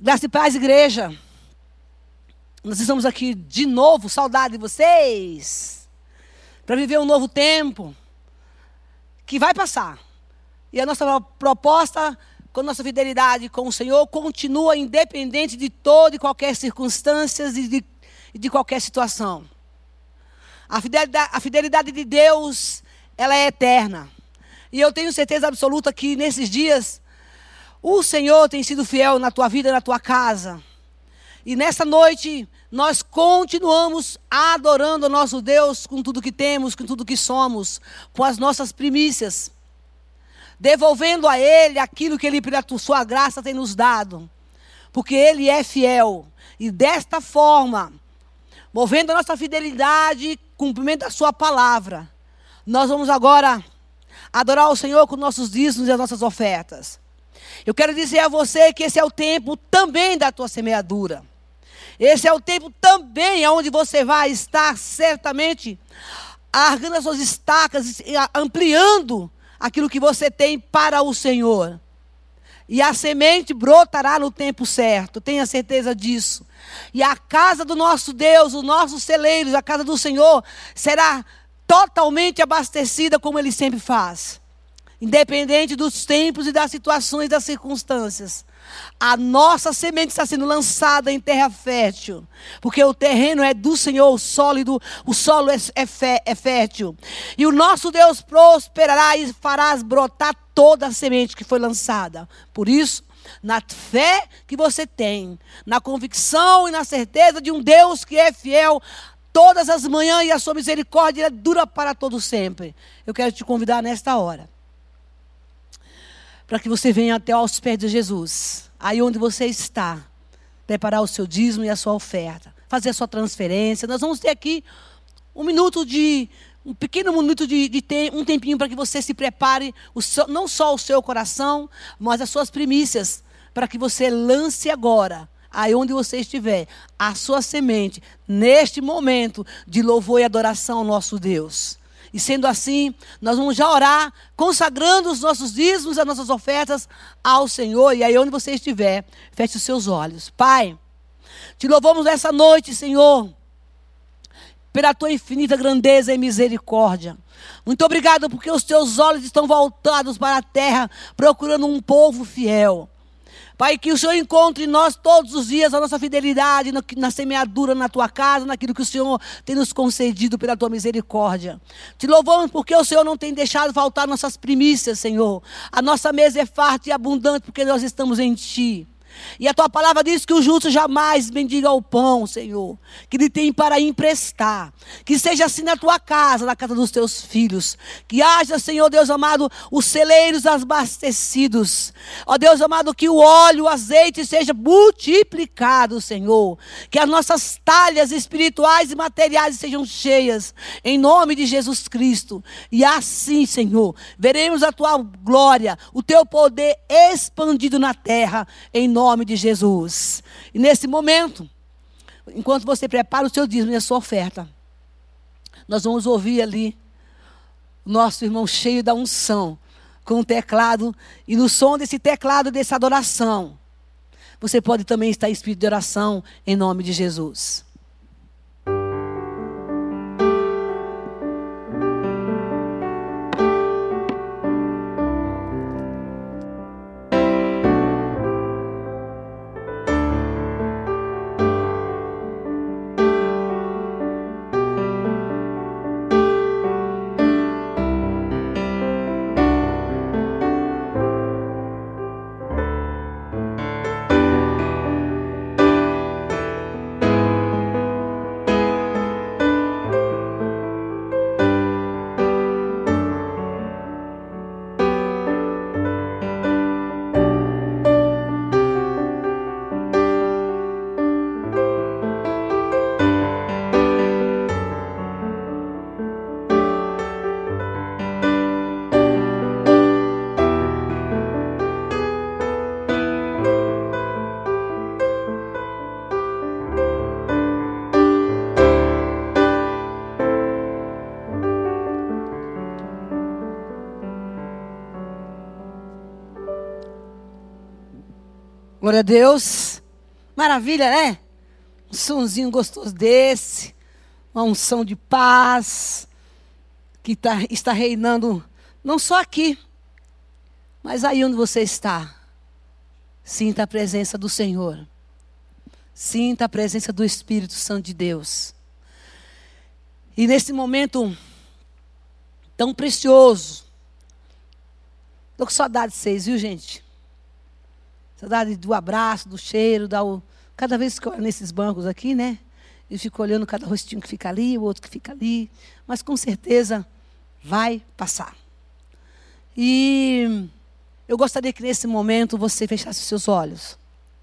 Graça e paz, igreja. Nós estamos aqui de novo, saudade de vocês, para viver um novo tempo que vai passar. E a nossa proposta, com nossa fidelidade com o Senhor, continua independente de toda e qualquer circunstância e de qualquer situação. A fidelidade de Deus, ela é eterna. E eu tenho certeza absoluta que nesses dias, o Senhor tem sido fiel na tua vida, na tua casa. E nessa noite, nós continuamos adorando o nosso Deus com tudo que temos, com tudo que somos, com as nossas primícias. Devolvendo a Ele aquilo que Ele, pela sua graça, tem nos dado. Porque Ele é fiel. E desta forma, movendo a nossa fidelidade, cumprimento da sua palavra, nós vamos agora adorar o Senhor com nossos dízimos e as nossas ofertas. Eu quero dizer a você que esse é o tempo também da tua semeadura. Esse é o tempo também onde você vai estar certamente argando as suas estacas, ampliando aquilo que você tem para o Senhor. E a semente brotará no tempo certo, tenha certeza disso. E a casa do nosso Deus, os nossos celeiros, a casa do Senhor, será totalmente abastecida como Ele sempre faz. Independente dos tempos e das situações, das circunstâncias. A nossa semente está sendo lançada em terra fértil. Porque o terreno é do Senhor, sólido, o solo é fértil. E o nosso Deus prosperará e fará brotar toda a semente que foi lançada. Por isso, na fé que você tem, na convicção e na certeza de um Deus que é fiel todas as manhãs e a sua misericórdia dura para todo sempre. Eu quero te convidar nesta hora, para que você venha até aos pés de Jesus, aí onde você está, preparar o seu dízimo e a sua oferta, fazer a sua transferência. Nós vamos ter aqui um pequeno minuto um tempinho para que você se prepare, não só o seu coração, mas as suas primícias, para que você lance agora, aí onde você estiver, a sua semente, neste momento de louvor e adoração ao nosso Deus. E sendo assim, nós vamos já orar, consagrando os nossos dízimos, as nossas ofertas ao Senhor. E aí onde você estiver, feche os seus olhos. Pai, te louvamos essa noite, Senhor, pela tua infinita grandeza e misericórdia. Muito obrigado porque os teus olhos estão voltados para a terra, procurando um povo fiel. Pai, que o Senhor encontre em nós todos os dias a nossa fidelidade na semeadura na tua casa, naquilo que o Senhor tem nos concedido pela tua misericórdia. Te louvamos porque o Senhor não tem deixado faltar nossas primícias, Senhor. A nossa mesa é farta e abundante porque nós estamos em Ti. E a tua palavra diz que o justo jamais mendiga o pão, Senhor, que ele tem para emprestar. Que seja assim na tua casa, na casa dos teus filhos. Que haja, Senhor Deus amado, os celeiros abastecidos. Ó Deus amado, que o óleo, o azeite seja multiplicado, Senhor. Que as nossas talhas espirituais e materiais sejam cheias, em nome de Jesus Cristo. E assim, Senhor, veremos a tua glória, o teu poder expandido na terra, em nome de Jesus. E nesse momento, enquanto você prepara o seu dízimo e a sua oferta, nós vamos ouvir ali o nosso irmão cheio da unção, com um teclado, e no som desse teclado, dessa adoração, você pode também estar em espírito de oração, em nome de Jesus. Glória a Deus. Maravilha, né? Um sonzinho gostoso desse. Uma unção de paz que está reinando não só aqui, mas aí onde você está. Sinta a presença do Senhor. Sinta a presença do Espírito Santo de Deus. E nesse momento tão precioso, estou com saudade de vocês, viu, gente? Saudade do abraço, do cheiro, cada vez que eu olho nesses bancos aqui, né? Eu fico olhando cada rostinho que fica ali, o outro que fica ali. Mas com certeza vai passar. E eu gostaria que nesse momento você fechasse os seus olhos.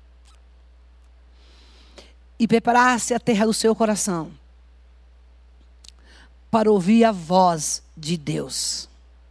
E preparasse a terra do seu coração. Para ouvir a voz de Deus.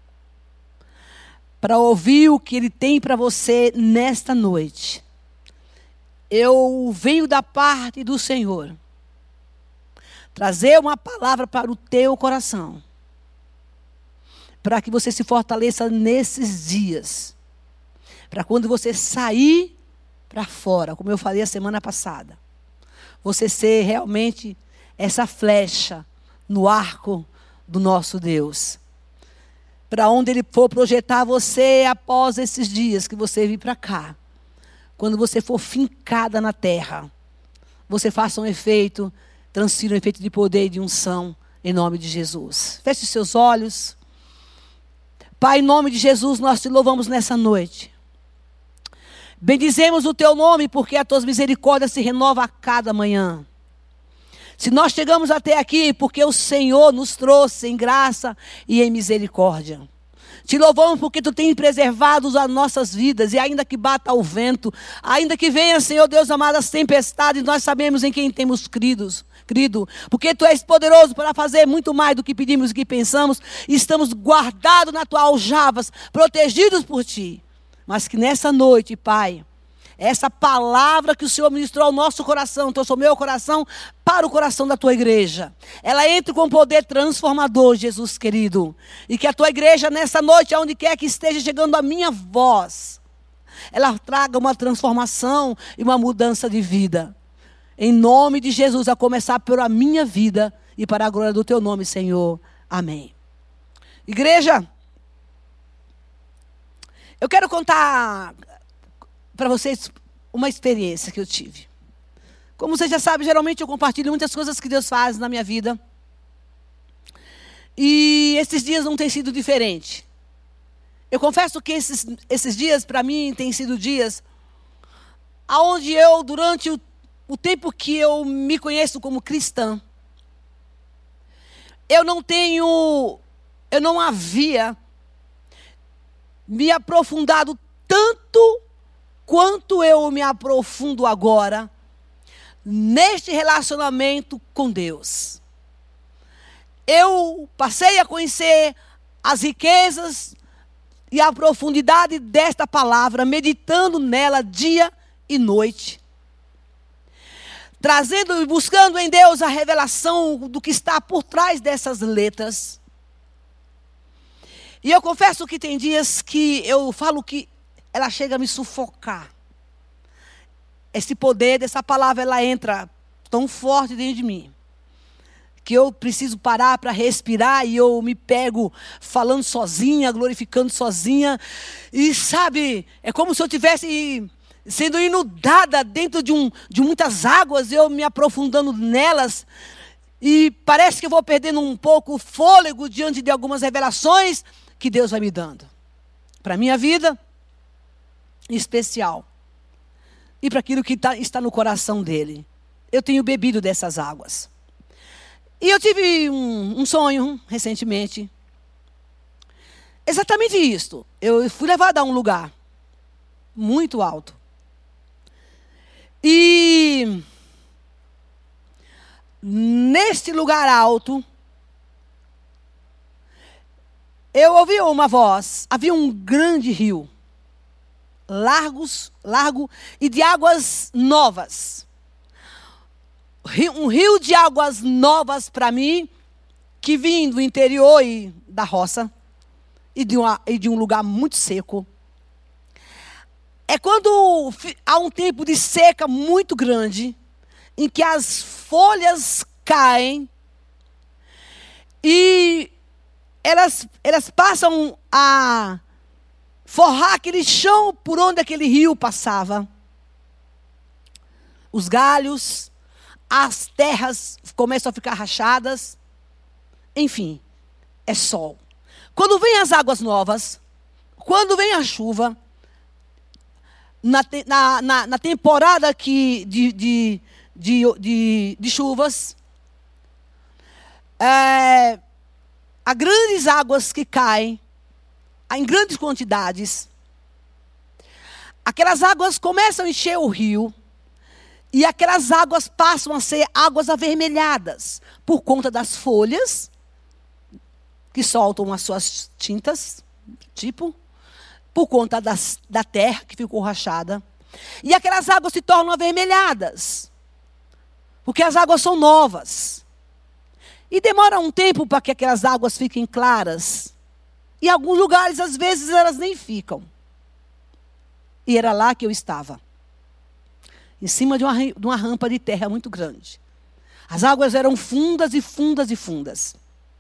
Para ouvir o que Ele tem para você nesta noite. Eu venho da parte do Senhor. Trazer uma palavra para o teu coração. Para que você se fortaleça nesses dias. Para quando você sair para fora, como eu falei a semana passada. Você ser realmente essa flecha no arco do nosso Deus. Para onde Ele for projetar você após esses dias que você vir para cá. Quando você for fincada na terra. Você faça um efeito, transfira um efeito de poder e de unção em nome de Jesus. Feche os seus olhos. Pai, em nome de Jesus, nós te louvamos nessa noite. Bendizemos o teu nome, porque as tuas misericórdias se renovam a cada manhã. Se nós chegamos até aqui, porque o Senhor nos trouxe em graça e em misericórdia. Te louvamos porque tu tens preservado as nossas vidas, e ainda que bata o vento, ainda que venha, Senhor Deus amado, as tempestades, nós sabemos em quem temos crido, porque tu és poderoso para fazer muito mais do que pedimos e que pensamos, e estamos guardados na tua aljavas, protegidos por ti. Mas que nessa noite, Pai, essa palavra que o Senhor ministrou ao nosso coração, trouxe o meu coração para o coração da tua igreja. Ela entre com poder transformador, Jesus querido. E que a tua igreja nessa noite, aonde quer que esteja chegando a minha voz, ela traga uma transformação e uma mudança de vida. Em nome de Jesus, a começar pela minha vida e para a glória do teu nome, Senhor. Amém. Igreja, eu quero contar para vocês uma experiência que eu tive. Como vocês já sabem, geralmente eu compartilho muitas coisas que Deus faz na minha vida. E esses dias não têm sido diferente. Eu confesso que esses dias, para mim, têm sido dias onde eu, durante o tempo que eu me conheço como cristã, eu não havia me aprofundado tanto quanto eu me aprofundo agora neste relacionamento com Deus. Eu passei a conhecer as riquezas e a profundidade desta palavra, meditando nela dia e noite. Trazendo e buscando em Deus a revelação do que está por trás dessas letras. E eu confesso que tem dias que eu falo que ela chega a me sufocar. Esse poder dessa palavra, ela entra tão forte dentro de mim, que eu preciso parar para respirar e eu me pego falando sozinha, glorificando sozinha. E sabe, é como se eu estivesse sendo inundada dentro de muitas águas, eu me aprofundando nelas. E parece que eu vou perdendo um pouco o fôlego diante de algumas revelações que Deus vai me dando. Para a minha vida, em especial. E para aquilo que está no coração dele. Eu tenho bebido dessas águas. E eu tive um sonho recentemente. Exatamente isto. Eu fui levada a um lugar muito alto. E neste lugar alto, eu ouvi uma voz. Havia um grande rio. Largo e de águas novas. Um rio de águas novas para mim, que vinha do interior e da roça, e de um lugar muito seco. É quando há um tempo de seca muito grande, em que as folhas caem e elas passam a forrar aquele chão por onde aquele rio passava. Os galhos, as terras começam a ficar rachadas. Enfim, é sol. Quando vem as águas novas, quando vem a chuva, na temporada de chuvas, há grandes águas que caem, em grandes quantidades. Aquelas águas começam a encher o rio, e aquelas águas passam a ser águas avermelhadas, por conta das folhas, que soltam as suas tintas, por conta da terra que ficou rachada. E aquelas águas se tornam avermelhadas, porque as águas são novas. E demora um tempo para que aquelas águas fiquem claras. E em alguns lugares, às vezes, elas nem ficam. E era lá que eu estava, em cima de uma rampa de terra muito grande. As águas eram fundas e fundas e fundas.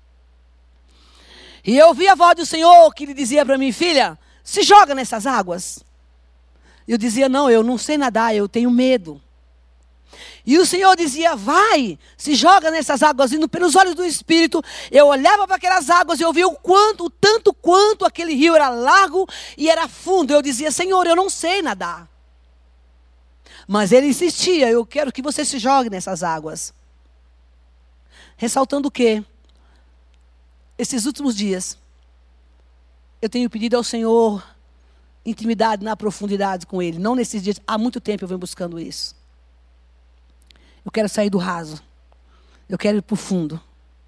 E eu ouvi a voz do Senhor que lhe dizia para mim: filha, se joga nessas águas. Eu dizia: não, eu não sei nadar, eu tenho medo. E o Senhor dizia: vai, se joga nessas águas. Indo pelos olhos do Espírito, eu olhava para aquelas águas e eu via o tanto quanto aquele rio era largo e era fundo. Eu dizia: Senhor, eu não sei nadar. Mas ele insistia: eu quero que você se jogue nessas águas. Ressaltando o quê? Esses últimos dias, eu tenho pedido ao Senhor intimidade na profundidade com Ele. Não nesses dias, há muito tempo eu venho buscando isso. Eu quero sair do raso. Eu quero ir para o fundo.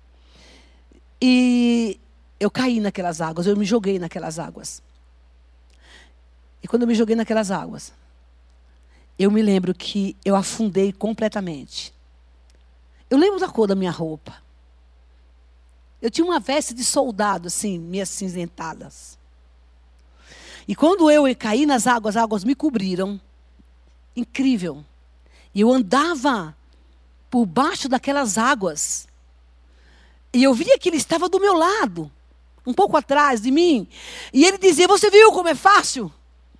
E eu caí naquelas águas, eu me joguei naquelas águas. E quando eu me joguei naquelas águas, eu me lembro que eu afundei completamente. Eu lembro da cor da minha roupa. Eu tinha uma veste de soldado, assim, minhas cinzentadas. E quando eu caí nas águas, as águas me cobriram. Incrível. E eu andava por baixo daquelas águas. E eu via que ele estava do meu lado, um pouco atrás de mim. E ele dizia: você viu como é fácil?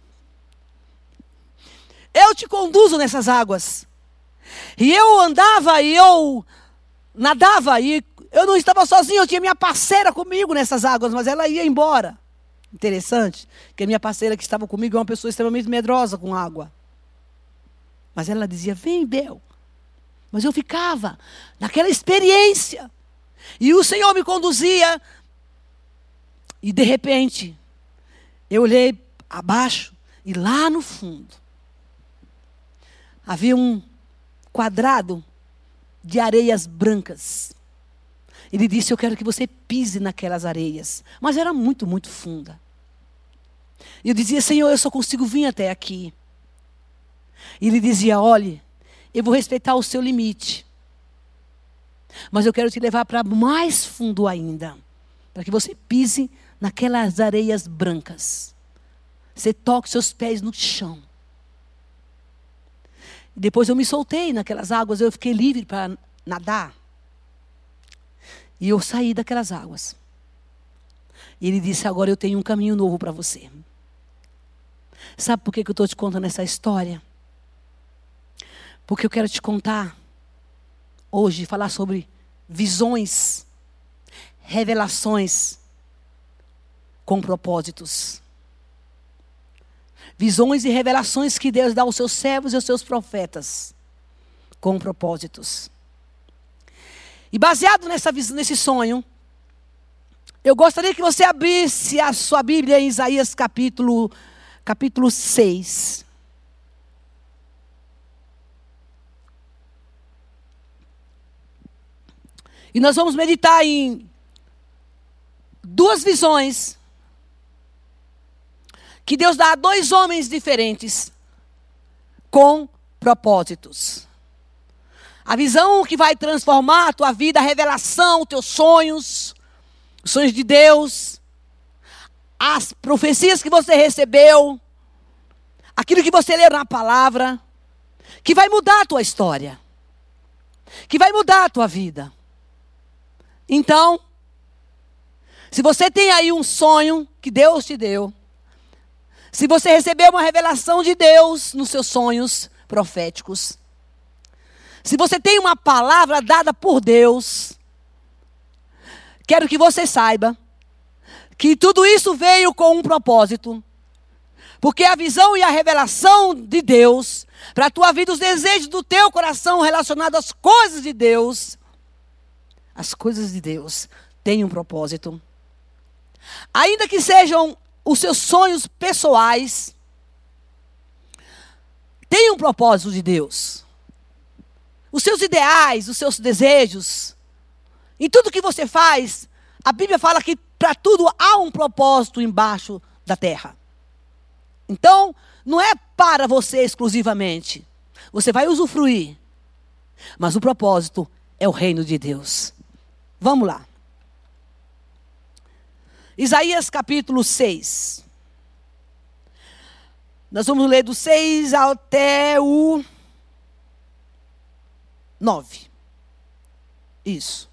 Eu te conduzo nessas águas. E eu andava e eu nadava. E eu não estava sozinho, eu tinha minha parceira comigo nessas águas, mas ela ia embora. Interessante, que a minha parceira que estava comigo é uma pessoa extremamente medrosa com água. Mas ela dizia: vem, Bel. Mas eu ficava naquela experiência. E o Senhor me conduzia. E de repente, eu olhei abaixo e lá no fundo havia um quadrado de areias brancas. Ele disse: eu quero que você pise naquelas areias. Mas era muito, muito funda. E eu dizia: Senhor, eu só consigo vir até aqui. E ele dizia: olhe, eu vou respeitar o seu limite. Mas eu quero te levar para mais fundo ainda. Para que você pise naquelas areias brancas. Você toque seus pés no chão. E depois eu me soltei naquelas águas, eu fiquei livre para nadar. E eu saí daquelas águas. E ele disse: agora eu tenho um caminho novo para você. Sabe por que eu estou te contando essa história? Porque eu quero te contar hoje, falar sobre visões, revelações com propósitos. Visões e revelações que Deus dá aos seus servos e aos seus profetas com propósitos. E baseado nesse sonho, eu gostaria que você abrisse a sua Bíblia em Isaías capítulo 6. E nós vamos meditar em duas visões que Deus dá a dois homens diferentes com propósitos. A visão que vai transformar a tua vida, a revelação, os teus sonhos, os sonhos de Deus, as profecias que você recebeu, aquilo que você lê na palavra, que vai mudar a tua história, que vai mudar a tua vida. Então, se você tem aí um sonho que Deus te deu, se você recebeu uma revelação de Deus nos seus sonhos proféticos, se você tem uma palavra dada por Deus, quero que você saiba que tudo isso veio com um propósito. Porque a visão e a revelação de Deus para a tua vida, os desejos do teu coração relacionados às coisas de Deus, as coisas de Deus têm um propósito. Ainda que sejam os seus sonhos pessoais, tem um propósito de Deus. Os seus ideais, os seus desejos, em tudo que você faz, a Bíblia fala que para tudo há um propósito embaixo da terra. Então, não é para você exclusivamente. Você vai usufruir. Mas o propósito é o reino de Deus. Vamos lá. Isaías capítulo 6. Nós vamos ler do 6 até o 9. Isso.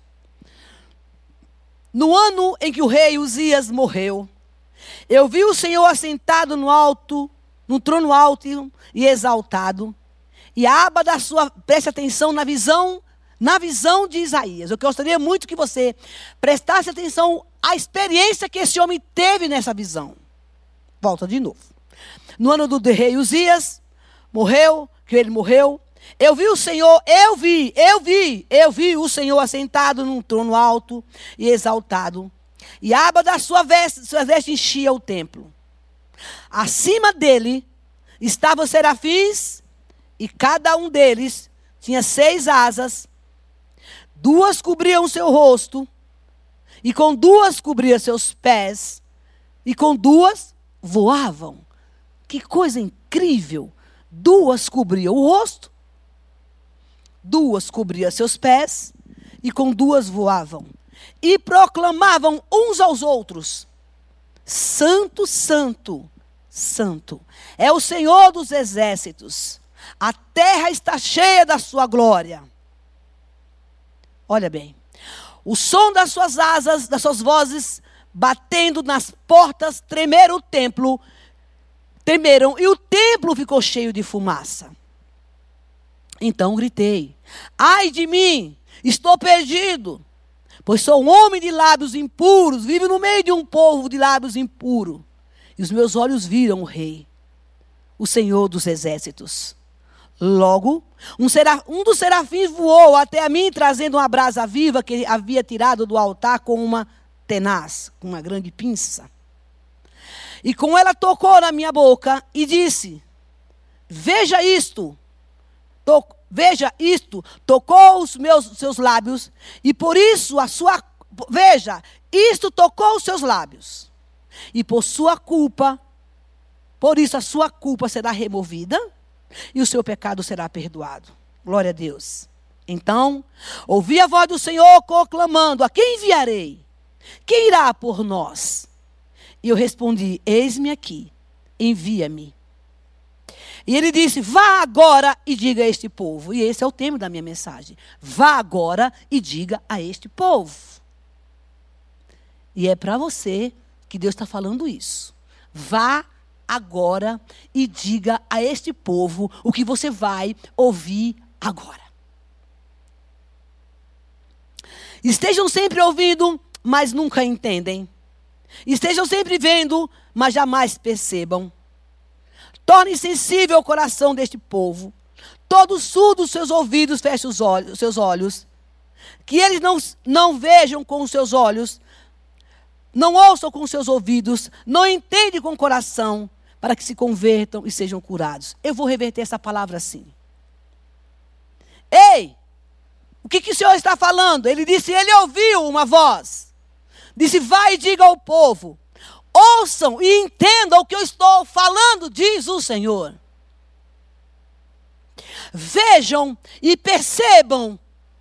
No ano em que o rei Uzias morreu, eu vi o Senhor assentado no trono alto e exaltado, e a aba da sua, preste atenção na visão de Isaías. Eu gostaria muito que você prestasse atenção à experiência que esse homem teve nessa visão. Volta de novo. No ano do rei Uzias, ele morreu, eu vi o Senhor, eu vi o Senhor assentado num trono alto e exaltado, e a aba da sua veste enchia o templo. Acima dele estavam os serafins, e cada um deles tinha 6 asas, 2 cobriam seu rosto, e com 2 cobria seus pés, e com 2 voavam. Que coisa incrível! 2 cobriam o rosto, 2 cobriam seus pés, e com 2 voavam. E proclamavam uns aos outros: Santo, Santo, Santo é o Senhor dos exércitos. A terra está cheia da sua glória. Olha bem. O som das suas asas, das suas vozes, batendo nas portas, tremeram, e o templo ficou cheio de fumaça. Então gritei: ai de mim, estou perdido, pois sou um homem de lábios impuros, vivo no meio de um povo de lábios impuros. E os meus olhos viram o rei, o Senhor dos exércitos. Logo, um dos serafins voou até a mim, trazendo uma brasa viva que havia tirado do altar com uma tenaz, com uma grande pinça. E com ela tocou na minha boca e disse: veja isto, tocou seus lábios, e por isso isto tocou os seus lábios. E por isso a sua culpa será removida, e o seu pecado será perdoado. Glória a Deus. Então, ouvi a voz do Senhor conclamando: a quem enviarei? Quem irá por nós? E eu respondi: eis-me aqui, envia-me. E ele disse: vá agora e diga a este povo. E esse é o tema da minha mensagem. Vá agora e diga a este povo. E é para você que Deus está falando isso. Vá agora e diga a este povo o que você vai ouvir agora. Estejam sempre ouvindo, mas nunca entendem. Estejam sempre vendo, mas jamais percebam. Torne sensível o coração deste povo. Todos surdos seus ouvidos, fechem seus olhos. Que eles não vejam com os seus olhos, não ouçam com os seus ouvidos, não entendem com o coração, para que se convertam e sejam curados. Eu vou reverter essa palavra assim. Ei, o que o Senhor está falando? Ele disse, ele ouviu uma voz. Disse, vai e diga ao povo. Ouçam e entendam o que eu estou falando, diz o Senhor. Vejam e percebam.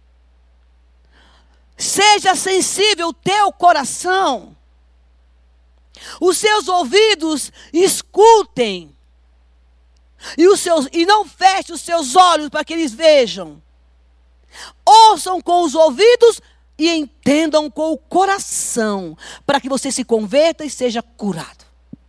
Seja sensível o teu coração. Os seus ouvidos escutem. e não feche os seus olhos para que eles vejam. Ouçam com os ouvidos e entendam com o coração, para que você se converta e seja curado.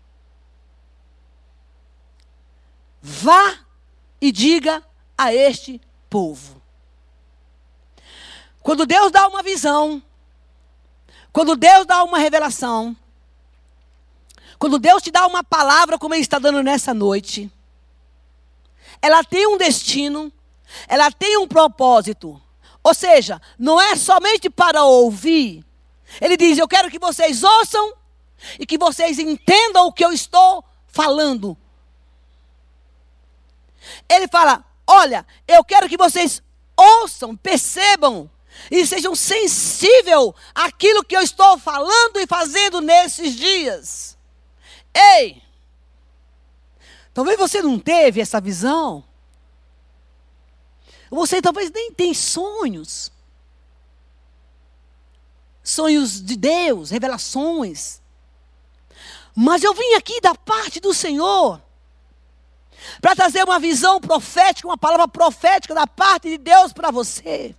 Vá e diga a este povo. Quando Deus dá uma visão, quando Deus dá uma revelação, quando Deus te dá uma palavra como Ele está dando nessa noite, ela tem um destino, ela tem um propósito. Ou seja, não é somente para ouvir. Ele diz, eu quero que vocês ouçam e que vocês entendam o que eu estou falando. Ele fala, olha, eu quero que vocês ouçam, percebam e sejam sensíveis àquilo que eu estou falando e fazendo nesses dias. Ei! Talvez você não teve essa visão. Você talvez nem tem sonhos. Sonhos de Deus, revelações. Mas eu vim aqui da parte do Senhor para trazer uma visão profética, uma palavra profética da parte de Deus para você.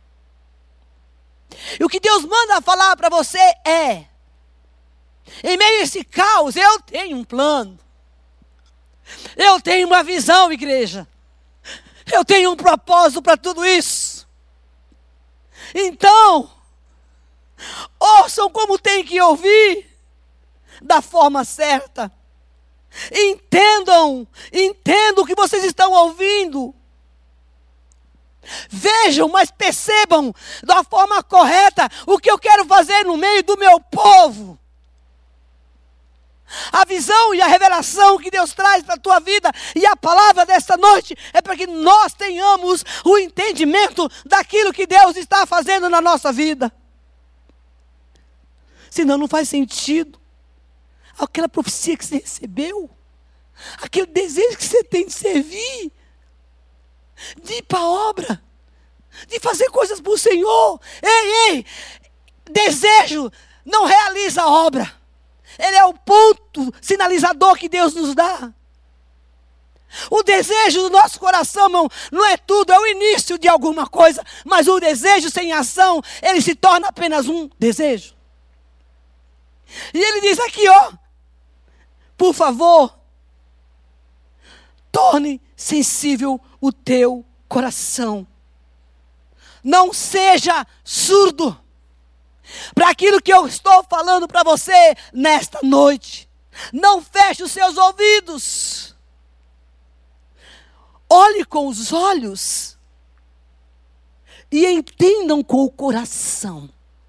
E o que Deus manda falar para você é, em meio a esse caos, eu tenho um plano. Eu tenho uma visão, igreja. Eu tenho um propósito para tudo isso. Então, ouçam como tem que ouvir, da forma certa. Entendam o que vocês estão ouvindo. Vejam, mas percebam da forma correta o que eu quero fazer no meio do meu povo. A visão e a revelação que Deus traz para a tua vida e a palavra desta noite é para que nós tenhamos o entendimento daquilo que Deus está fazendo na nossa vida. Senão não faz sentido aquela profecia que você recebeu, aquele desejo que você tem de servir, de ir para a obra, de fazer coisas para o Senhor. Ei, desejo não realiza a obra. Ele é o ponto sinalizador que Deus nos dá. O desejo do nosso coração, irmão, não é tudo, é o início de alguma coisa. Mas o desejo sem ação, ele se torna apenas um desejo. E ele diz aqui, ó, por favor, torne sensível o teu coração. Não seja surdo para aquilo que eu estou falando para você nesta noite. Não feche os seus ouvidos. Olhe com os olhos e entendam com o coração.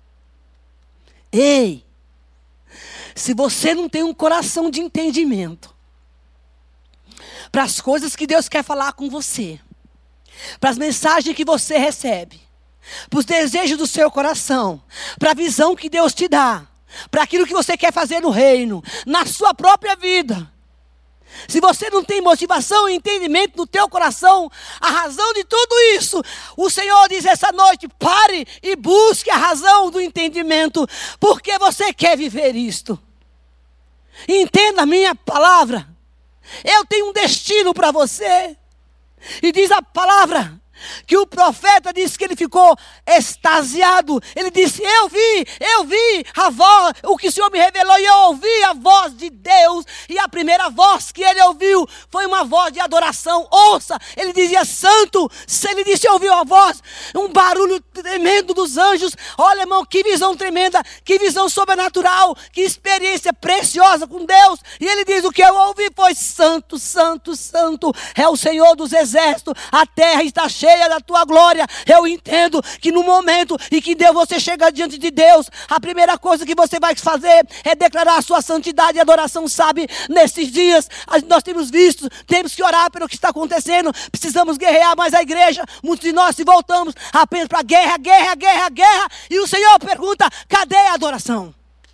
Ei, se você não tem um coração de entendimento para as coisas que Deus quer falar com você, para as mensagens que você recebe, para os desejos do seu coração, para a visão que Deus te dá, para aquilo que você quer fazer no reino, na sua própria vida. Se você não tem motivação e entendimento no teu coração, a razão de tudo isso, o Senhor diz essa noite, pare e busque a razão do entendimento, porque você quer viver isto. Entenda a minha palavra. Eu tenho um destino para você. E diz a palavra que o profeta disse que ele ficou extasiado. Ele disse, eu vi a voz, o que o Senhor me revelou, e eu ouvi a voz de Deus. E a primeira voz que ele ouviu foi uma voz de adoração. Ouça, ele dizia santo. Ele disse, ouviu a voz, um barulho tremendo dos anjos. Olha, irmão, que visão tremenda, que visão sobrenatural, que experiência preciosa com Deus. E ele diz, o que eu ouvi foi santo, santo, santo é o Senhor dos exércitos. A terra está cheia da tua glória. Eu entendo que no momento em que você chega diante de Deus, a primeira coisa que você vai fazer é declarar a sua santidade e adoração, sabe? Nesses dias, nós temos visto, temos que orar pelo que está acontecendo, precisamos guerrear, mas a igreja, muitos de nós se voltamos apenas para guerra, e o Senhor pergunta, cadê a adoração?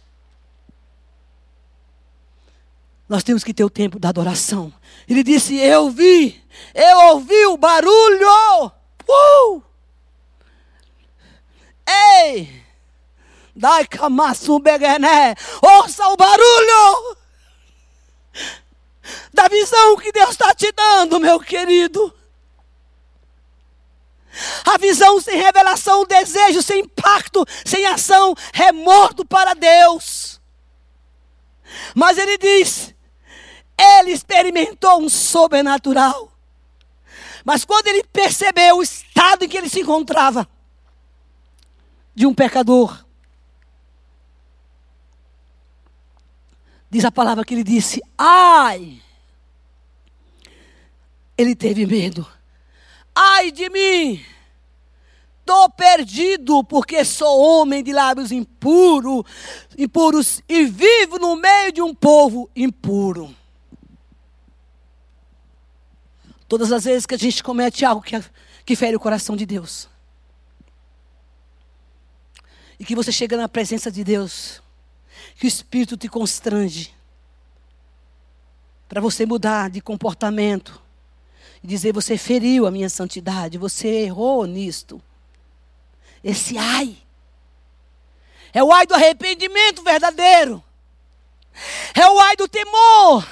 Nós temos que ter o tempo da adoração. Ele disse, eu ouvi o barulho. Ei! Dai camaço beguené. Ouça o barulho da visão que Deus está te dando, meu querido. A visão sem revelação, o desejo sem impacto, sem ação, é morto para Deus. Mas ele diz, ele experimentou um sobrenatural. Mas quando ele percebeu o estado em que ele se encontrava, de um pecador, diz a palavra que ele disse, ai, ele teve medo. Ai de mim, estou perdido, porque sou homem de lábios impuros e vivo no meio de um povo impuro. Todas as vezes que a gente comete algo que fere o coração de Deus, e que você chega na presença de Deus, que o Espírito te constrange, para você mudar de comportamento, e dizer, você feriu a minha santidade, você errou nisto. Esse ai, é o ai do arrependimento verdadeiro, é o ai do temor.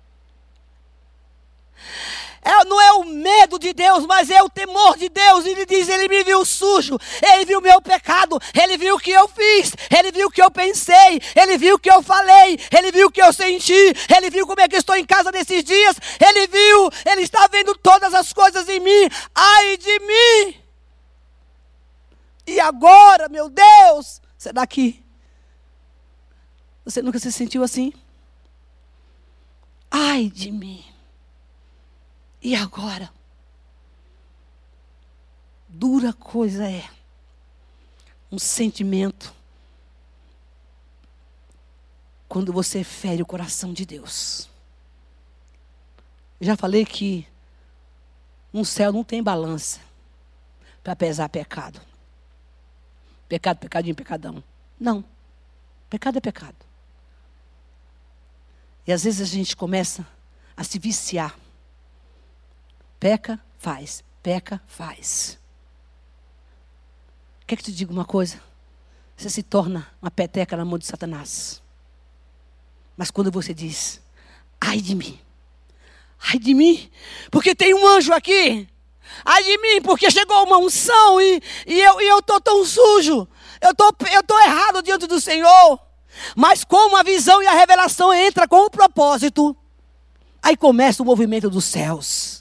Não é o medo de Deus, mas é o temor de Deus. Ele diz, ele me viu sujo, ele viu o meu pecado, ele viu o que eu fiz, ele viu o que eu pensei, ele viu o que eu falei, ele viu o que eu senti, ele viu como é que eu estou em casa nesses dias, ele viu, ele está vendo todas as coisas em mim. Ai de mim! E agora, meu Deus, será que você nunca se sentiu assim? Ai de mim! E agora? Dura coisa é um sentimento quando você fere o coração de Deus. Eu já falei que no céu não tem balança para pesar pecado. Pecado, pecadinho, pecadão. Não. Pecado é pecado. E às vezes a gente começa a se viciar. Peca, faz. Peca, faz. Quer que eu te diga uma coisa? Você se torna uma peteca na mão de Satanás. Mas quando você diz, ai de mim, porque tem um anjo aqui. Ai de mim, porque chegou uma unção e eu estou tão sujo. Eu tô errado diante do Senhor. Mas como a visão e a revelação entra com o propósito, aí começa o movimento dos céus.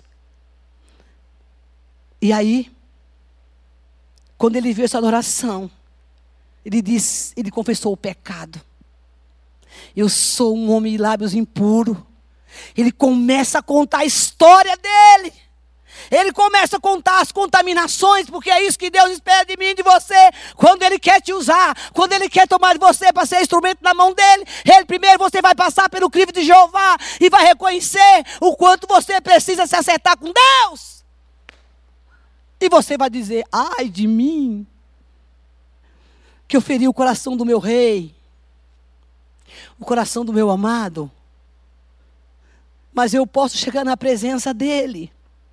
E aí, quando ele viu essa adoração, ele confessou o pecado. Eu sou um homem de lábios impuros. Ele começa a contar a história dele. Ele começa a contar as contaminações, porque é isso que Deus espera de mim e de você. Quando Ele quer te usar, quando Ele quer tomar de você para ser instrumento na mão dEle, primeiro você vai passar pelo crivo de Jeová e vai reconhecer o quanto você precisa se acertar com Deus. E você vai dizer, ai de mim, que eu feri o coração do meu rei, o coração do meu amado. Mas eu posso chegar na presença dEle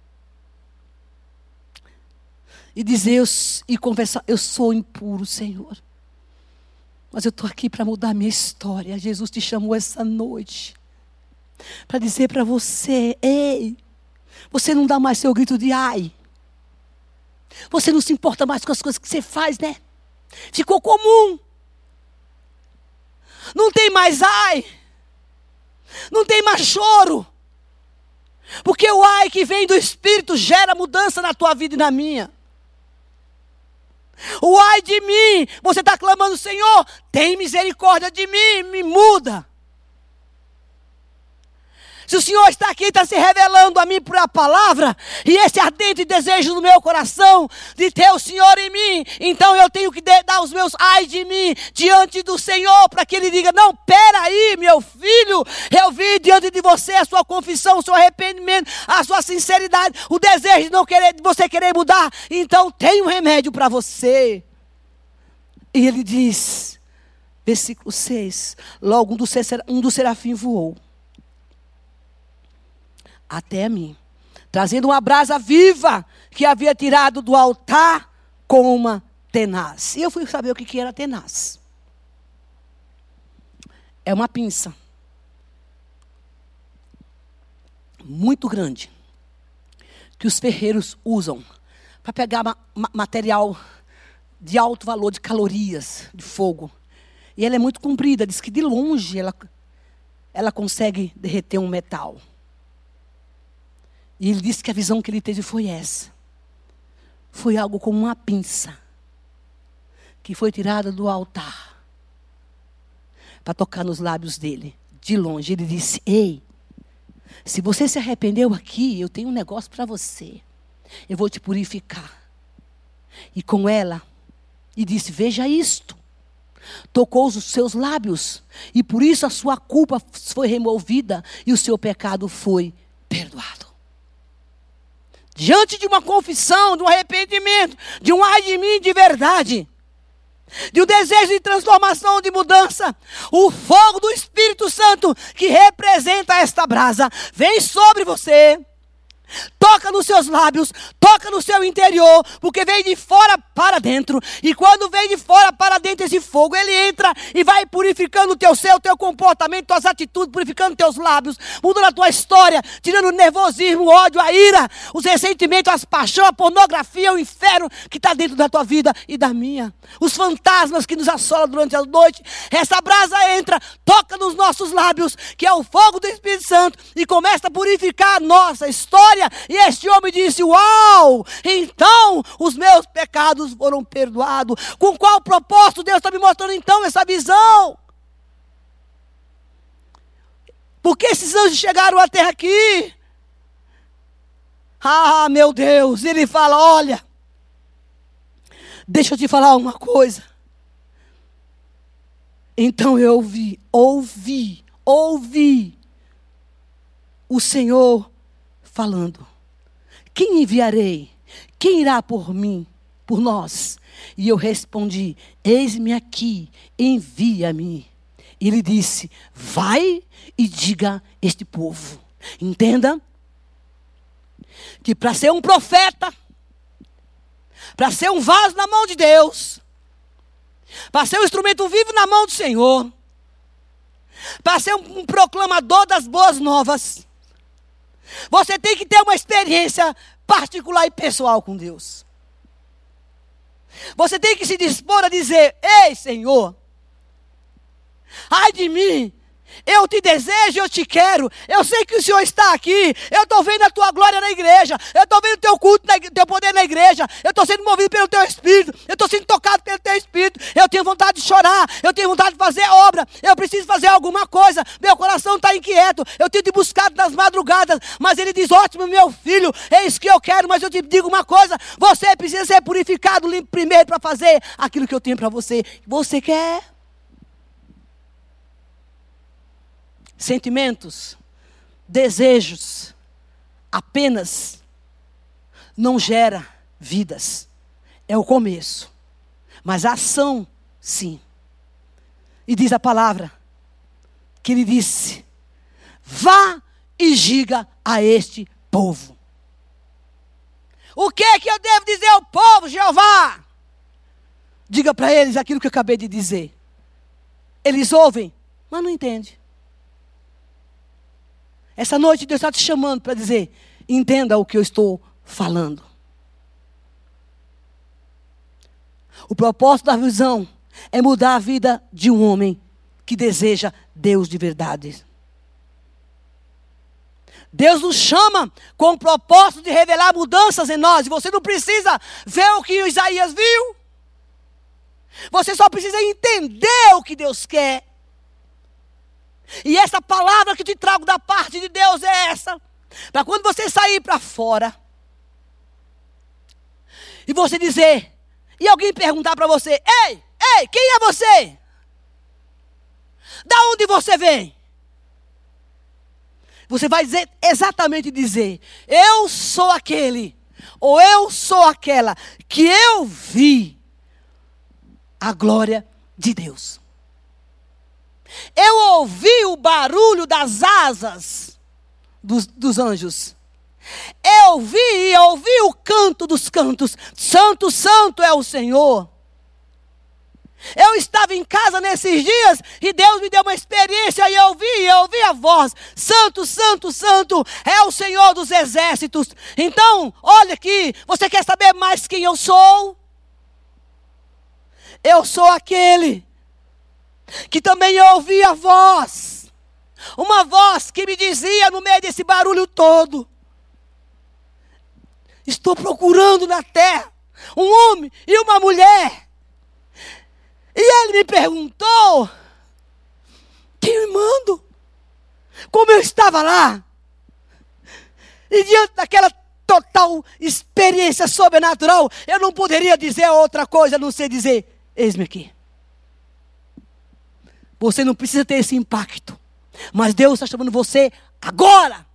e dizer, e confessar, eu sou impuro, Senhor. Mas eu estou aqui para mudar a minha história. Jesus te chamou essa noite para dizer para você, ei, você não dá mais seu grito de ai. Você não se importa mais com as coisas que você faz, né? Ficou comum. Não tem mais ai. Não tem mais choro. Porque o ai que vem do Espírito gera mudança na tua vida e na minha. O ai de mim, você está clamando, Senhor, tem misericórdia de mim, me muda. Se o Senhor está aqui, está se revelando a mim por a palavra, e esse ardente desejo do meu coração, de ter o Senhor em mim, então eu tenho que dar os meus ai de mim, diante do Senhor, para que Ele diga, não, peraí, meu filho, eu vi diante de você a sua confissão, o seu arrependimento, a sua sinceridade, o desejo de você querer mudar, então tem um remédio para você. E Ele diz, versículo 6, logo um dos serafins voou até mim, trazendo uma brasa viva que havia tirado do altar com uma tenaz. E eu fui saber o que era tenaz. É uma pinça. muito grande que os ferreiros usam para pegar material de alto valor, de calorias, de fogo. E ela é muito comprida, diz que de longe ela consegue derreter um metal. E ele disse que a visão que ele teve foi essa. Foi algo como uma pinça que foi tirada do altar para tocar nos lábios dele. De longe, ele disse: ei, se você se arrependeu aqui, eu tenho um negócio para você. Eu vou te purificar. E com ela, e disse: veja isto. Tocou os seus lábios, e por isso a sua culpa foi removida, e o seu pecado foi perdoado. Diante de uma confissão, de um arrependimento, de um ai de mim de verdade, de um desejo de transformação, de mudança, o fogo do Espírito Santo, que representa esta brasa, vem sobre você. Toca nos seus lábios, toca no seu interior, porque vem de fora para dentro. E quando vem de fora para dentro esse fogo, ele entra e vai purificando o teu ser, o teu comportamento, tuas atitudes, purificando teus lábios, mudando a tua história, tirando o nervosismo, o ódio, a ira, os ressentimentos, as paixões, a pornografia, o inferno que está dentro da tua vida e da minha. Os fantasmas que nos assolam durante a noite. Essa brasa entra, toca nos nossos lábios, que é o fogo do Espírito Santo, e começa a purificar a nossa história. E este homem disse: uau, então os meus pecados foram perdoados. Com qual propósito Deus está me mostrando então essa visão? Porque esses anjos chegaram até aqui? Ah, meu Deus, ele fala: olha, deixa eu te falar uma coisa. Então eu ouvi o Senhor falando: quem enviarei? Quem irá por mim, por nós? E eu respondi: eis-me aqui, envia-me. E ele disse: vai e diga a este povo. Entenda que para ser um profeta, para ser um vaso na mão de Deus, para ser um instrumento vivo na mão do Senhor, para ser um proclamador das boas novas, você tem que ter uma experiência particular e pessoal com Deus. Você tem que se dispor a dizer: ei, Senhor, ai de mim, eu te desejo, eu te quero. Eu sei que o Senhor está aqui. Eu estou vendo a tua glória na igreja. Eu estou vendo o teu culto, o teu poder na igreja. Eu estou sendo movido pelo teu Espírito. Eu estou sendo tocado pelo teu Espírito. Eu tenho vontade de chorar. Eu tenho vontade de fazer obra. Eu preciso fazer alguma coisa. Meu coração está inquieto. Eu tenho te buscado nas madrugadas. Mas ele diz: ótimo, meu filho, é isso que eu quero. Mas eu te digo uma coisa: você precisa ser purificado primeiro para fazer aquilo que eu tenho para você. Você quer? Sentimentos, desejos, apenas não gera vidas. É o começo. Mas a ação, sim. E diz a palavra que ele disse: vá e diga a este povo. O que é que eu devo dizer ao povo, Jeová? Diga para eles aquilo que eu acabei de dizer. Eles ouvem, mas não entendem. Essa noite Deus está te chamando para dizer: entenda o que eu estou falando. O propósito da visão é mudar a vida de um homem que deseja Deus de verdade. Deus nos chama com o propósito de revelar mudanças em nós. E você não precisa ver o que Isaías viu. Você só precisa entender o que Deus quer. E essa palavra que eu te trago da parte de Deus é essa. Para quando você sair para fora e você dizer, e alguém perguntar para você: ei, quem é você? Da onde você vem? Você vai dizer, exatamente dizer: eu sou aquele, ou eu sou aquela que eu vi a glória de Deus. Eu ouvi o barulho das asas dos anjos. Eu ouvi o canto dos cantos. Santo, santo é o Senhor. Eu estava em casa nesses dias e Deus me deu uma experiência e eu ouvi a voz: Santo, Santo, Santo é o Senhor dos exércitos. Então, olha aqui, você quer saber mais quem eu sou? Eu sou aquele que também ouvi a voz. Uma voz que me dizia no meio desse barulho todo: estou procurando na terra um homem e uma mulher. E ele me perguntou: quem me mando? Como eu estava lá. E diante daquela total experiência sobrenatural, eu não poderia dizer outra coisa a não ser dizer: eis-me aqui. Você não precisa ter esse impacto, mas Deus está chamando você agora.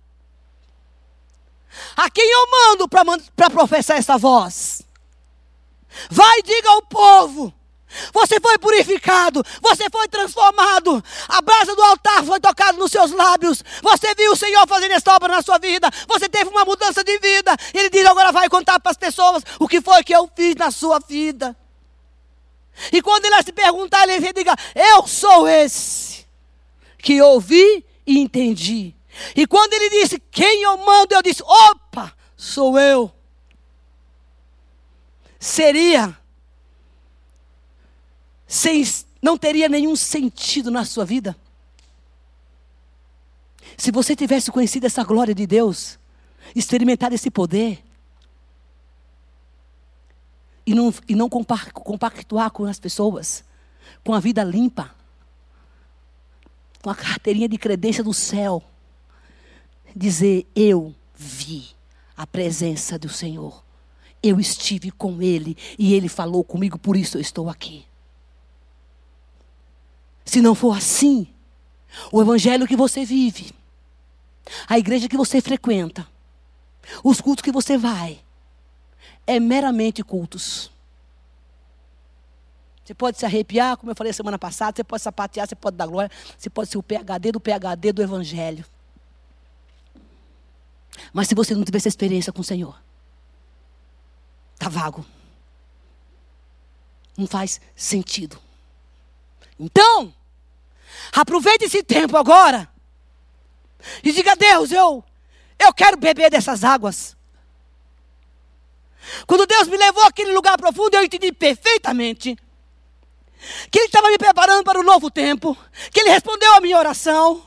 A quem eu mando para professar essa voz? Vai e diga ao povo: você foi purificado, você foi transformado, a brasa do altar foi tocada nos seus lábios, você viu o Senhor fazendo essa obra na sua vida, você teve uma mudança de vida. Ele diz: agora vai contar para as pessoas o que foi que eu fiz na sua vida. E quando ele se perguntar, ele diga: eu sou esse que ouvi e entendi. E quando ele disse: quem eu mando? Eu disse: opa, sou eu. Não teria nenhum sentido na sua vida se você tivesse conhecido essa glória de Deus, experimentado esse poder, e não compactuar com as pessoas, com a vida limpa, com a carteirinha de credência do céu, dizer: eu vi a presença do Senhor, eu estive com Ele e Ele falou comigo, por isso eu estou aqui. Se não for assim, o evangelho que você vive, a igreja que você frequenta, os cultos que você vai, é meramente cultos. Você pode se arrepiar, como eu falei semana passada, você pode sapatear, você pode dar glória, você pode ser o PhD do evangelho. Mas se você não tiver essa experiência com o Senhor, está vago. Não faz sentido. Então, aproveite esse tempo agora e diga: Deus, eu quero beber dessas águas. Quando Deus me levou àquele lugar profundo, eu entendi perfeitamente que Ele estava me preparando para o novo tempo, que Ele respondeu a minha oração,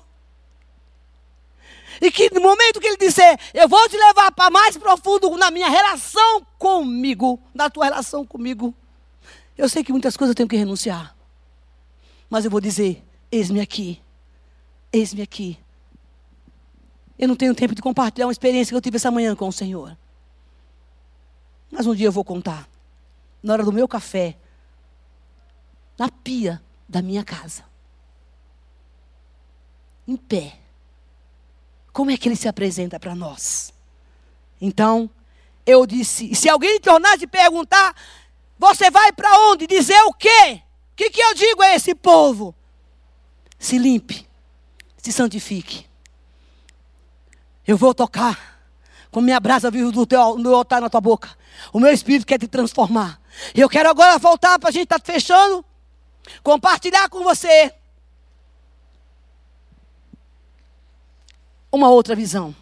e que no momento que Ele disser: eu vou te levar para mais profundo na minha relação comigo, na tua relação comigo, eu sei que muitas coisas eu tenho que renunciar, mas eu vou dizer: eis-me aqui, eis-me aqui. Eu não tenho tempo de compartilhar uma experiência que eu tive essa manhã com o Senhor, mas um dia eu vou contar, na hora do meu café, na pia da minha casa, em pé, como é que Ele se apresenta para nós. Então, eu disse: e se alguém tornar de perguntar, você vai para onde? Dizer o quê? O que eu digo a esse povo? Se limpe, se santifique. Eu vou tocar com minha brasa viva do altar na tua boca. O meu Espírito quer te transformar. E eu quero agora voltar para a gente estar fechando, compartilhar com você uma outra visão.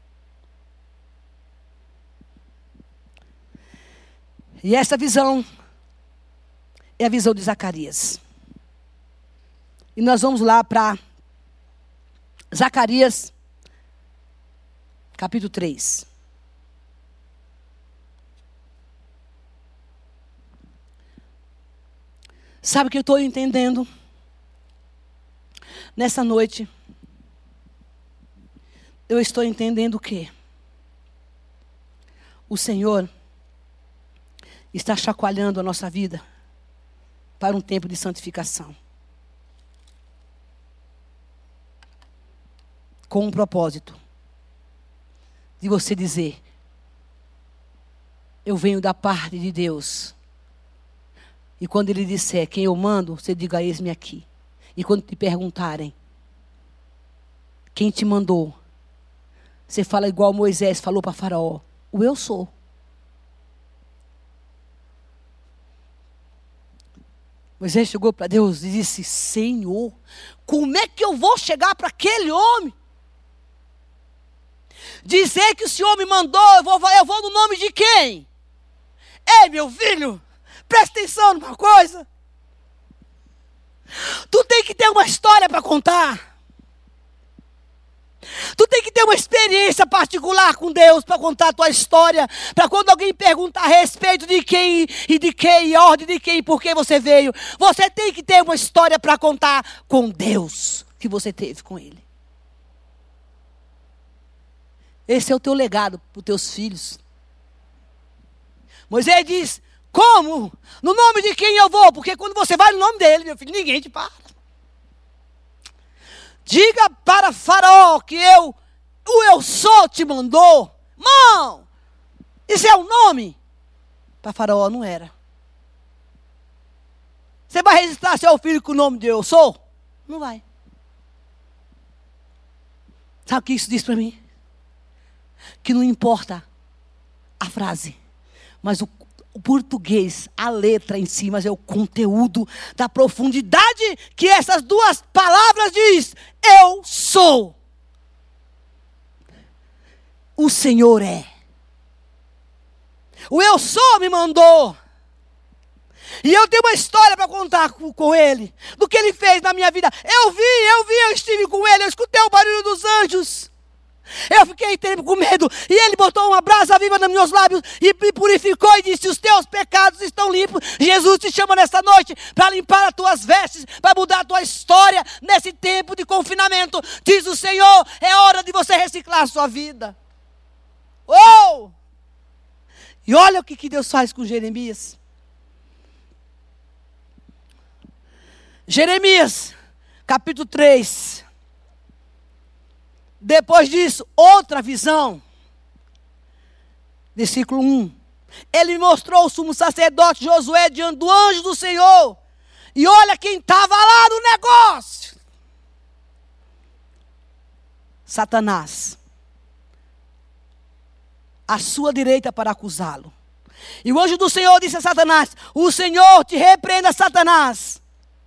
E essa visão é a visão de Zacarias. E nós vamos lá para Zacarias, capítulo 3. Sabe o que eu estou entendendo nessa noite? Eu estou entendendo o quê? O Senhor está chacoalhando a nossa vida para um tempo de santificação. Com um propósito de você dizer: eu venho da parte de Deus. E quando Ele disser quem eu mando, você diga: eis-me aqui. E quando te perguntarem quem te mandou, você fala igual Moisés falou para Faraó: o eu sou. Moisés chegou para Deus e disse: Senhor, como é que eu vou chegar para aquele homem? Dizer que o Senhor me mandou, eu vou no nome de quem? Ei, meu filho, presta atenção numa coisa. Tu tem que ter uma história para contar. Tu tem que ter uma experiência particular com Deus para contar a tua história. Para quando alguém perguntar a respeito de quem, e ordem de quem, e por que você veio. Você tem que ter uma história para contar com Deus que você teve com Ele. Esse é o teu legado para os teus filhos. Moisés diz: como? No nome de quem eu vou? Porque quando você vai no nome dele, meu filho, ninguém te para. Diga para Faraó que o eu sou te mandou. Mão, isso é o nome? Para Faraó não era. Você vai registrar seu filho com o nome de eu sou? Não vai. Sabe o que isso diz para mim? Que não importa a frase, mas o português, a letra em si, mas é o conteúdo da profundidade que essas duas palavras diz. Eu sou. O Senhor é. O eu sou me mandou. E eu tenho uma história para contar com Ele. Do que Ele fez na minha vida. Eu estive com Ele. Eu escutei o barulho dos anjos. Eu fiquei com medo. E Ele botou uma brasa viva nos meus lábios. E me purificou e disse: os teus pecados estão limpos. Jesus te chama nessa noite para limpar as tuas vestes. Para mudar a tua história nesse tempo de confinamento. Diz o Senhor: é hora de você reciclar a sua vida. Oh! E olha o que Deus faz com Jeremias. Jeremias, capítulo 3. Depois disso, outra visão. Versículo 1. Ele me mostrou o sumo sacerdote Josué diante do anjo do Senhor. E olha quem estava lá no negócio. Satanás. À sua direita para acusá-lo. E o anjo do Senhor disse a Satanás: o Senhor te repreenda, Satanás.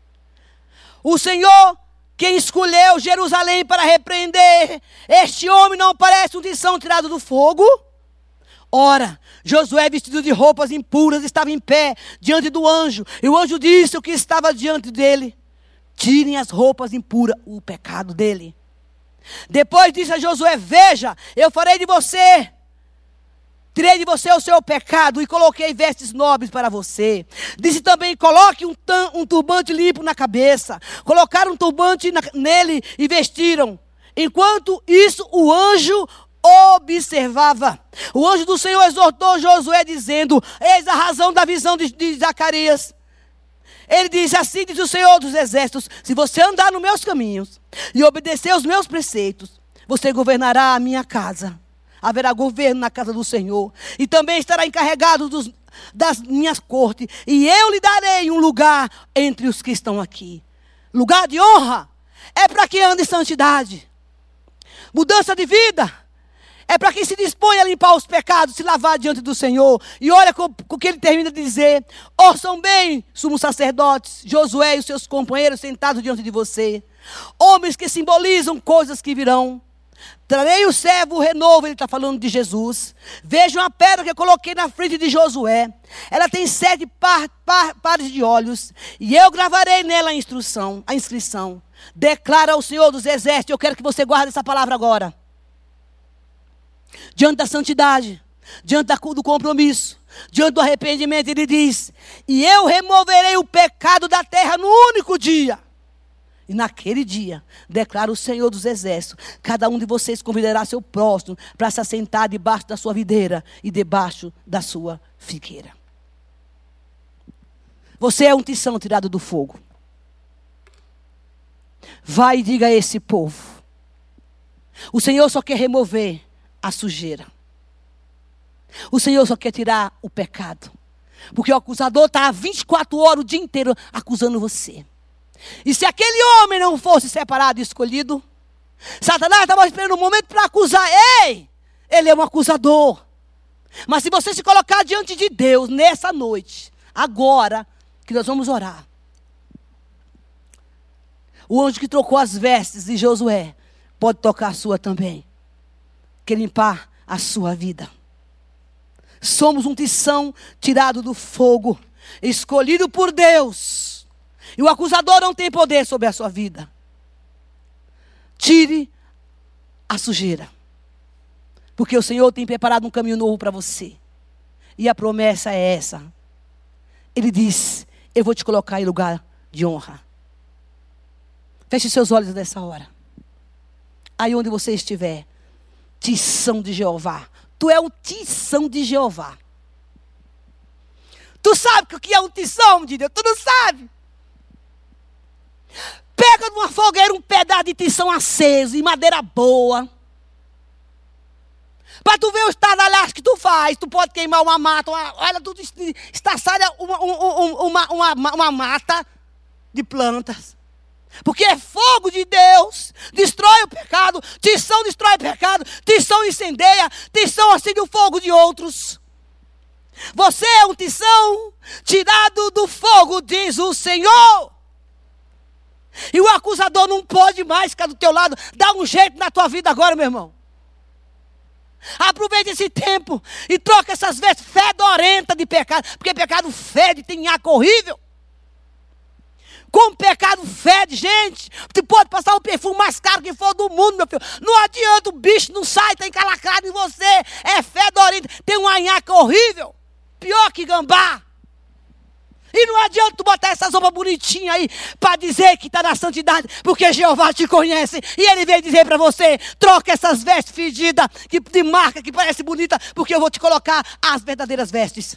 O Senhor, quem escolheu Jerusalém para repreender este homem, não parece um tição tirado do fogo? Ora, Josué, vestido de roupas impuras, estava em pé diante do anjo. E o anjo disse o que estava diante dele: tirem as roupas impuras, o pecado dele. Depois disse a Josué: veja, eu farei de você, tirei de você o seu pecado e coloquei vestes nobres para você. Disse também: coloque um turbante limpo na cabeça. Colocaram um turbante nele e vestiram. Enquanto isso, o anjo observava. O anjo do Senhor exortou Josué dizendo: eis a razão da visão de Zacarias. Ele disse: assim diz o Senhor dos exércitos: se você andar nos meus caminhos e obedecer aos meus preceitos, você governará a minha casa. Haverá governo na casa do Senhor. E também estará encarregado das minhas cortes. E eu lhe darei um lugar entre os que estão aqui. Lugar de honra é para quem anda em santidade. Mudança de vida é para quem se dispõe a limpar os pecados, se lavar diante do Senhor. E olha com o que ele termina de dizer: ouçam bem, sumos sacerdotes, Josué e os seus companheiros sentados diante de você. Homens que simbolizam coisas que virão. Trarei o servo, o renovo, ele está falando de Jesus. Vejam a pedra que eu coloquei na frente de Josué. Ela tem 7 pares de olhos. E eu gravarei nela a inscrição. Declara o Senhor dos exércitos. Eu quero que você guarde essa palavra agora. Diante da santidade, diante do compromisso, diante do arrependimento, ele diz: e eu removerei o pecado da terra no único dia. E naquele dia, declara o Senhor dos exércitos: cada um de vocês convidará seu próximo para se assentar debaixo da sua videira e debaixo da sua figueira. Você é um tição tirado do fogo. Vai e diga a esse povo: o Senhor só quer remover a sujeira. O Senhor só quer tirar o pecado. Porque o acusador está 24 horas o dia inteiro acusando você. E se aquele homem não fosse separado e escolhido, Satanás estava esperando um momento para acusar. Ei, ele é um acusador. Mas se você se colocar diante de Deus nessa noite, agora que nós vamos orar, O anjo que trocou as vestes de Josué pode tocar a sua também. Quer limpar a sua vida. Somos um tição tirado do fogo, escolhido por Deus. E o acusador não tem poder sobre a sua vida. Tire a sujeira. Porque o Senhor tem preparado um caminho novo para você. E a promessa é essa. Ele diz: eu vou te colocar em lugar de honra. Feche seus olhos nessa hora. Aí onde você estiver. Tição de Jeová. Tu é o tição de Jeová. Tu sabe o que é um tição de Deus? Tu não sabe. Pega numa fogueira um pedaço de tição aceso, em madeira boa. Para tu ver o estardalhaço que tu faz. Tu pode queimar uma mata. Olha, tu estaçalha uma mata de plantas. Porque é fogo de Deus, destrói o pecado, tição destrói o pecado, tição incendeia, tição acende o fogo de outros. Você é um tição tirado do fogo, diz o Senhor. E o acusador não pode mais ficar do teu lado. Dá um jeito na tua vida agora, meu irmão. Aproveite esse tempo e troca essas vestes fedorentas de pecado, porque pecado fede, tem nhaca horrível. Como pecado fede, gente. Você pode passar o perfume mais caro que for do mundo, meu filho. Não adianta, o bicho não sai, está encalacrado em você. É fedorento, tem uma nhaca horrível. Pior que gambá. E não adianta tu botar essa roupa bonitinha aí para dizer que está na santidade, porque Jeová te conhece. E Ele veio dizer para você: troca essas vestes fedidas, de marca, que parece bonita, porque eu vou te colocar as verdadeiras vestes.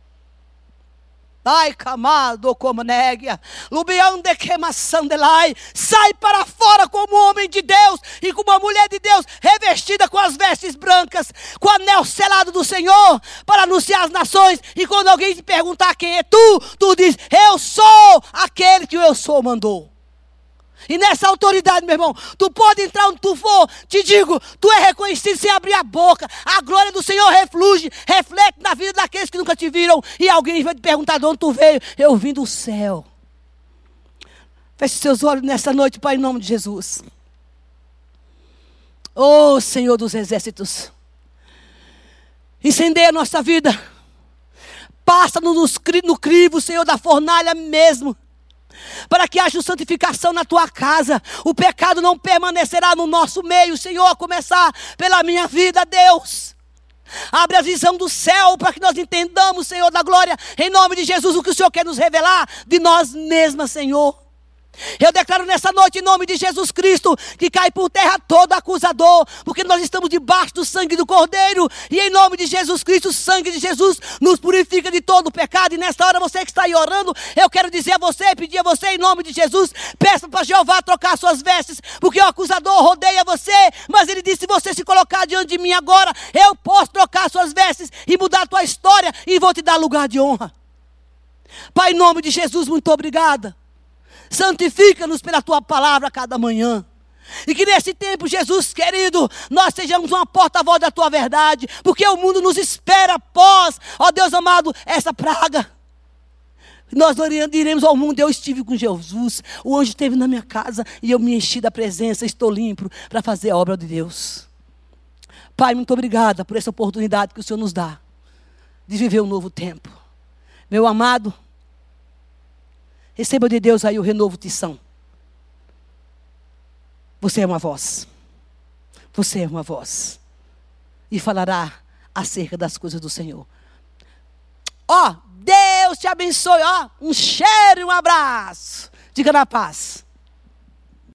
Ai, camado, como négia, lubião de queimaçandelai, sai para fora como homem de Deus e como uma mulher de Deus, revestida com as vestes brancas, com o anel selado do Senhor, para anunciar as nações. E quando alguém te perguntar quem é tu diz: eu sou aquele que o eu sou mandou. E nessa autoridade, meu irmão, tu pode entrar onde tu for, te digo, tu é reconhecido sem abrir a boca. A glória do Senhor reflete na vida daqueles que nunca te viram. E alguém vai te perguntar de onde tu veio. Eu vim do céu. Feche seus olhos nessa noite, Pai, em nome de Jesus. Oh, Senhor dos exércitos. Incendeia a nossa vida. Passa-nos no crivo, Senhor, da fornalha mesmo. Para que haja santificação na tua casa. O pecado não permanecerá no nosso meio, Senhor, a começar pela minha vida, Deus. Abre a visão do céu para que nós entendamos, Senhor da glória, em nome de Jesus, o que o Senhor quer nos revelar de nós mesmas, Senhor. Eu declaro nessa noite, em nome de Jesus Cristo, que cai por terra todo acusador, porque nós estamos debaixo do sangue do Cordeiro, e em nome de Jesus Cristo, o sangue de Jesus nos purifica de todo o pecado. E nessa hora, você que está aí orando, eu quero dizer a você, pedir a você, em nome de Jesus, peça para Jeová trocar suas vestes, porque o acusador rodeia você, mas ele disse: se você se colocar diante de mim agora, eu posso trocar suas vestes e mudar a tua história, e vou te dar lugar de honra. Pai, em nome de Jesus, muito obrigada. Santifica-nos pela tua palavra a cada manhã. E que nesse tempo, Jesus querido, nós sejamos uma porta-voz da tua verdade. Porque o mundo nos espera após, ó Deus amado, essa praga. Nós diremos ao mundo: eu estive com Jesus. O anjo esteve na minha casa e eu me enchi da presença. Estou limpo para fazer a obra de Deus. Pai, muito obrigada por essa oportunidade que o Senhor nos dá de viver um novo tempo. Meu amado, receba de Deus aí o renovo tição. Você é uma voz. Você é uma voz. E falará acerca das coisas do Senhor. Ó, Deus te abençoe. Ó, um cheiro e um abraço. Diga na paz.